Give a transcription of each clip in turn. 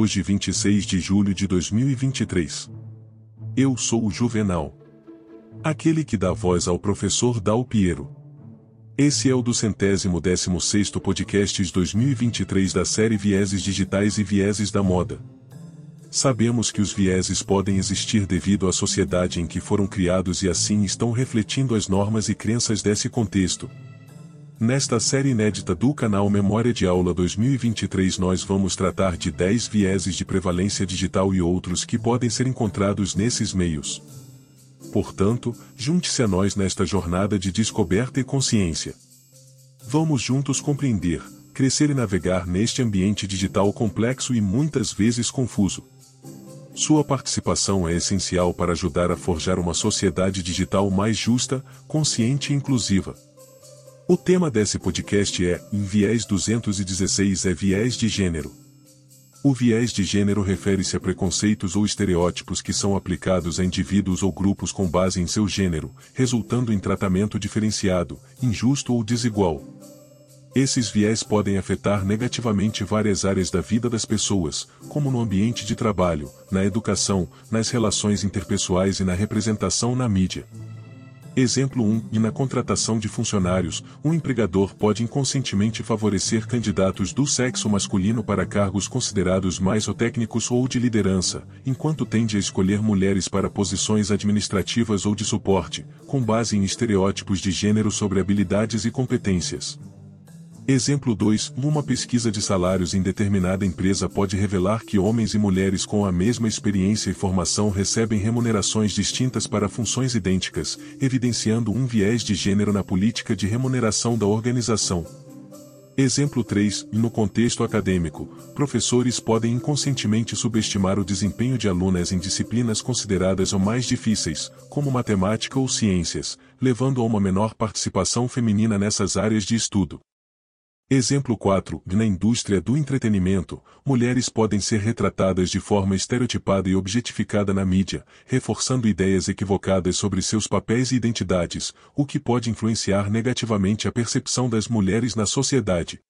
Hoje 26 de julho de 2023. Eu sou o Juvenal. Aquele que dá voz ao professor Dal Piero. Esse é o 216º Podcasts 2023 da série Vieses Digitais e Vieses da Moda. Sabemos que os vieses podem existir devido à sociedade em que foram criados e assim estão refletindo as normas e crenças desse contexto. Nesta série inédita do canal Memória de Aula 2023 nós vamos tratar de 10 vieses de prevalência digital e outros que podem ser encontrados nesses meios. Portanto, junte-se a nós nesta jornada de descoberta e consciência. Vamos juntos compreender, crescer e navegar neste ambiente digital complexo e muitas vezes confuso. Sua participação é essencial para ajudar a forjar uma sociedade digital mais justa, consciente e inclusiva. O tema desse podcast é, em Viés 216 é viés de gênero. O viés de gênero refere-se a preconceitos ou estereótipos que são aplicados a indivíduos ou grupos com base em seu gênero, resultando em tratamento diferenciado, injusto ou desigual. Esses viés podem afetar negativamente várias áreas da vida das pessoas, como no ambiente de trabalho, na educação, nas relações interpessoais e na representação na mídia. Exemplo 1. E na contratação de funcionários, um empregador pode inconscientemente favorecer candidatos do sexo masculino para cargos considerados mais técnicos ou de liderança, enquanto tende a escolher mulheres para posições administrativas ou de suporte, com base em estereótipos de gênero sobre habilidades e competências. Exemplo 2. Uma pesquisa de salários em determinada empresa pode revelar que homens e mulheres com a mesma experiência e formação recebem remunerações distintas para funções idênticas, evidenciando um viés de gênero na política de remuneração da organização. Exemplo 3. No contexto acadêmico, professores podem inconscientemente subestimar o desempenho de alunas em disciplinas consideradas ou mais difíceis, como matemática ou ciências, levando a uma menor participação feminina nessas áreas de estudo. Exemplo 4. Na indústria do entretenimento, mulheres podem ser retratadas de forma estereotipada e objetificada na mídia, reforçando ideias equivocadas sobre seus papéis e identidades, o que pode influenciar negativamente a percepção das mulheres na sociedade.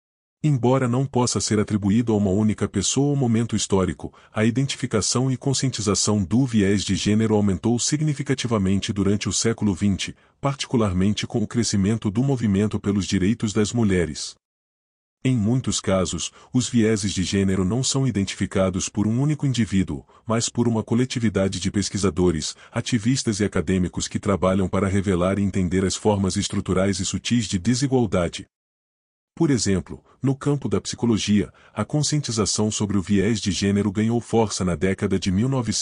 Embora não possa ser atribuído a uma única pessoa ou momento histórico, a identificação e conscientização do viés de gênero aumentou significativamente durante o século XX, particularmente com o crescimento do movimento pelos direitos das mulheres. Em muitos casos, os vieses de gênero não são identificados por um único indivíduo, mas por uma coletividade de pesquisadores, ativistas e acadêmicos que trabalham para revelar e entender as formas estruturais e sutis de desigualdade. Por exemplo, no campo da psicologia, a conscientização sobre o viés de gênero ganhou força na década de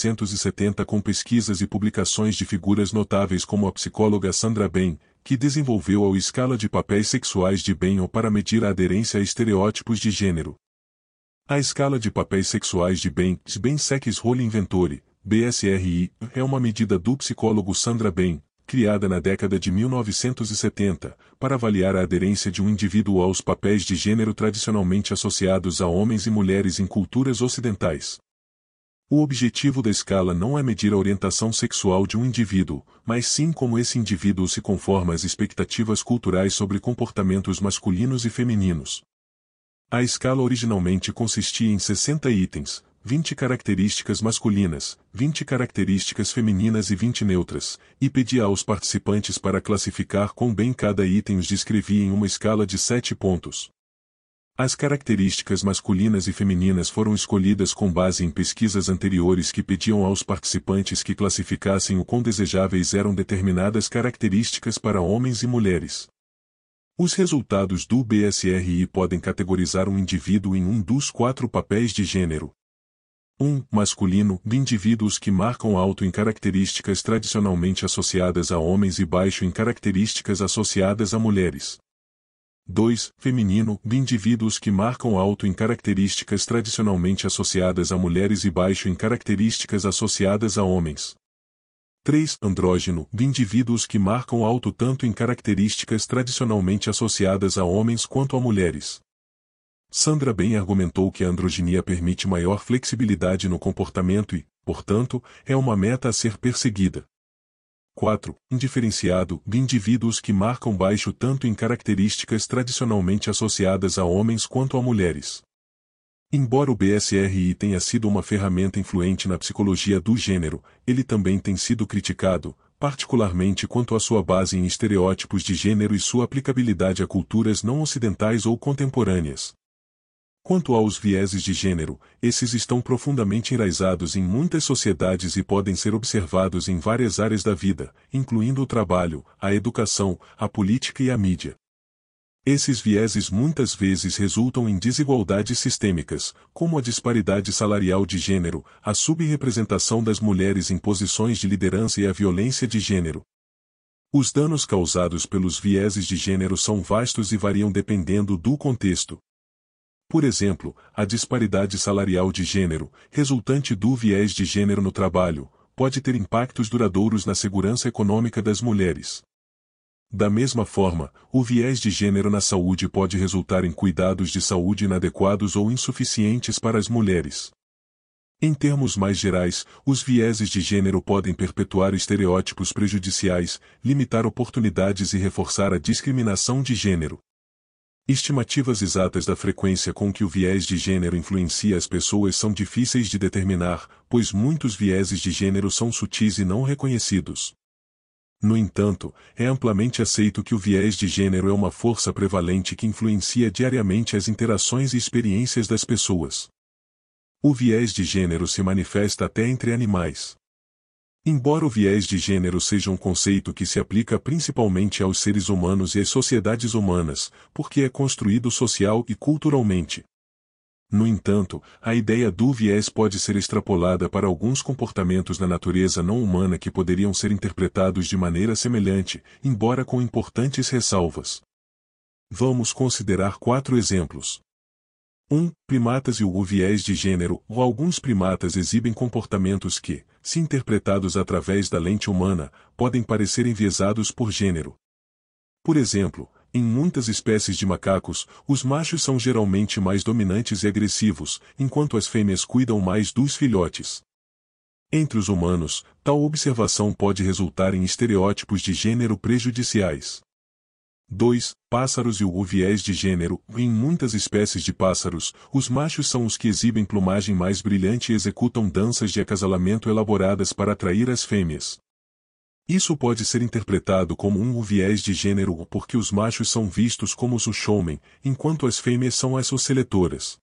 1970 com pesquisas e publicações de figuras notáveis como a psicóloga Sandra Bem, que desenvolveu a escala de papéis sexuais de Benioff para medir a aderência a estereótipos de gênero. A escala de papéis sexuais de Bem, Sex Role Inventory, BSRI, é uma medida do psicólogo Sandra Bem, criada na década de 1970, para avaliar a aderência de um indivíduo aos papéis de gênero tradicionalmente associados a homens e mulheres em culturas ocidentais. O objetivo da escala não é medir a orientação sexual de um indivíduo, mas sim como esse indivíduo se conforma às expectativas culturais sobre comportamentos masculinos e femininos. A escala originalmente consistia em 60 itens, 20 características masculinas, 20 características femininas e 20 neutras, e pedia aos participantes para classificar quão bem cada item os descrevia em uma escala de 7 pontos. As características masculinas e femininas foram escolhidas com base em pesquisas anteriores que pediam aos participantes que classificassem o quão desejáveis eram determinadas características para homens e mulheres. Os resultados do BSRI podem categorizar um indivíduo em um dos 4 papéis de gênero. 1. Masculino, indivíduos que marcam alto em características tradicionalmente associadas a homens e baixo em características associadas a mulheres. 2. Feminino, indivíduos que marcam alto em características tradicionalmente associadas a mulheres e baixo em características associadas a homens. 3. Andrógeno, indivíduos que marcam alto tanto em características tradicionalmente associadas a homens quanto a mulheres. Sandra Bem argumentou que a androginia permite maior flexibilidade no comportamento e, portanto, é uma meta a ser perseguida. 4. Indiferenciado, de indivíduos que marcam baixo tanto em características tradicionalmente associadas a homens quanto a mulheres. Embora o BSRI tenha sido uma ferramenta influente na psicologia do gênero, ele também tem sido criticado, particularmente quanto à sua base em estereótipos de gênero e sua aplicabilidade a culturas não ocidentais ou contemporâneas. Quanto aos vieses de gênero, esses estão profundamente enraizados em muitas sociedades e podem ser observados em várias áreas da vida, incluindo o trabalho, a educação, a política e a mídia. Esses vieses muitas vezes resultam em desigualdades sistêmicas, como a disparidade salarial de gênero, a subrepresentação das mulheres em posições de liderança e a violência de gênero. Os danos causados pelos vieses de gênero são vastos e variam dependendo do contexto. Por exemplo, a disparidade salarial de gênero, resultante do viés de gênero no trabalho, pode ter impactos duradouros na segurança econômica das mulheres. Da mesma forma, o viés de gênero na saúde pode resultar em cuidados de saúde inadequados ou insuficientes para as mulheres. Em termos mais gerais, os vieses de gênero podem perpetuar estereótipos prejudiciais, limitar oportunidades e reforçar a discriminação de gênero. Estimativas exatas da frequência com que o viés de gênero influencia as pessoas são difíceis de determinar, pois muitos vieses de gênero são sutis e não reconhecidos. No entanto, é amplamente aceito que o viés de gênero é uma força prevalente que influencia diariamente as interações e experiências das pessoas. O viés de gênero se manifesta até entre animais. Embora o viés de gênero seja um conceito que se aplica principalmente aos seres humanos e às sociedades humanas, porque é construído social e culturalmente. No entanto, a ideia do viés pode ser extrapolada para alguns comportamentos na natureza não humana que poderiam ser interpretados de maneira semelhante, embora com importantes ressalvas. Vamos considerar 4 exemplos. 1. Primatas e o viés de gênero. Alguns primatas exibem comportamentos que, se interpretados através da lente humana, podem parecer enviesados por gênero. Por exemplo, em muitas espécies de macacos, os machos são geralmente mais dominantes e agressivos, enquanto as fêmeas cuidam mais dos filhotes. Entre os humanos, tal observação pode resultar em estereótipos de gênero prejudiciais. 2. Pássaros e o viés de gênero. Em muitas espécies de pássaros, os machos são os que exibem plumagem mais brilhante e executam danças de acasalamento elaboradas para atrair as fêmeas. Isso pode ser interpretado como um viés de gênero porque os machos são vistos como os showmen, enquanto as fêmeas são as seletoras.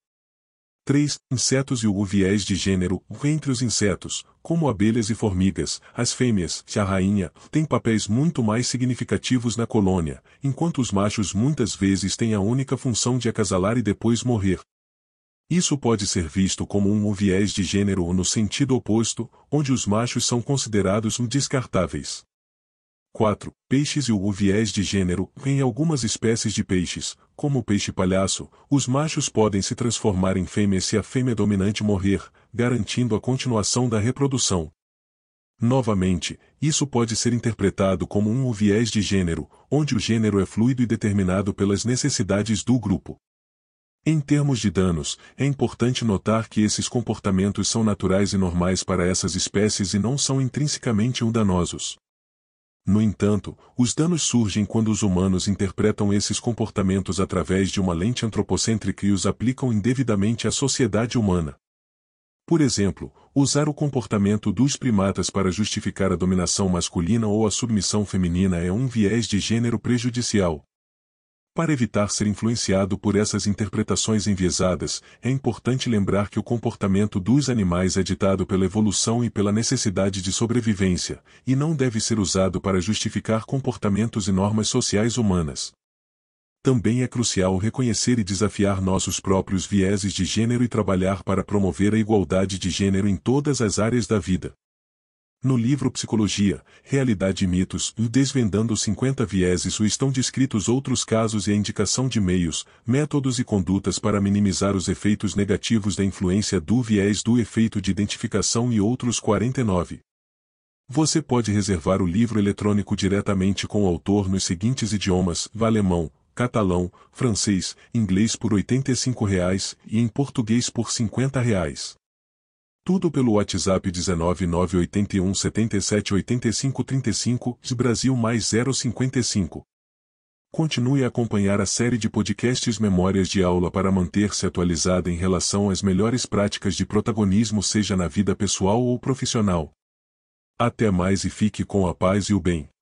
3. Insetos e o viés de gênero. Entre os insetos, como abelhas e formigas, as fêmeas, a rainha, têm papéis muito mais significativos na colônia, enquanto os machos muitas vezes têm a única função de acasalar e depois morrer. Isso pode ser visto como um viés de gênero ou no sentido oposto, onde os machos são considerados descartáveis. 4. Peixes e o viés de gênero. Em algumas espécies de peixes, como o peixe-palhaço, os machos podem se transformar em fêmeas se a fêmea dominante morrer, garantindo a continuação da reprodução. Novamente, isso pode ser interpretado como um viés de gênero, onde o gênero é fluido e determinado pelas necessidades do grupo. Em termos de danos, é importante notar que esses comportamentos são naturais e normais para essas espécies e não são intrinsecamente danosos. No entanto, os danos surgem quando os humanos interpretam esses comportamentos através de uma lente antropocêntrica e os aplicam indevidamente à sociedade humana. Por exemplo, usar o comportamento dos primatas para justificar a dominação masculina ou a submissão feminina é um viés de gênero prejudicial. Para evitar ser influenciado por essas interpretações enviesadas, é importante lembrar que o comportamento dos animais é ditado pela evolução e pela necessidade de sobrevivência, e não deve ser usado para justificar comportamentos e normas sociais humanas. Também é crucial reconhecer e desafiar nossos próprios vieses de gênero e trabalhar para promover a igualdade de gênero em todas as áreas da vida. No livro Psicologia, Realidade e Mitos, e Desvendando 50 Vieses estão descritos outros casos e a indicação de meios, métodos e condutas para minimizar os efeitos negativos da influência do viés do efeito de identificação e outros 49. Você pode reservar o livro eletrônico diretamente com o autor nos seguintes idiomas: alemão, catalão, francês, inglês por R$ 85 e em português por R$ 50. Tudo pelo WhatsApp 19981 77 85 35, de Brasil mais 055. Continue a acompanhar a série de podcasts Memórias de Aula para manter-se atualizada em relação às melhores práticas de protagonismo, seja na vida pessoal ou profissional. Até mais e fique com a paz e o bem.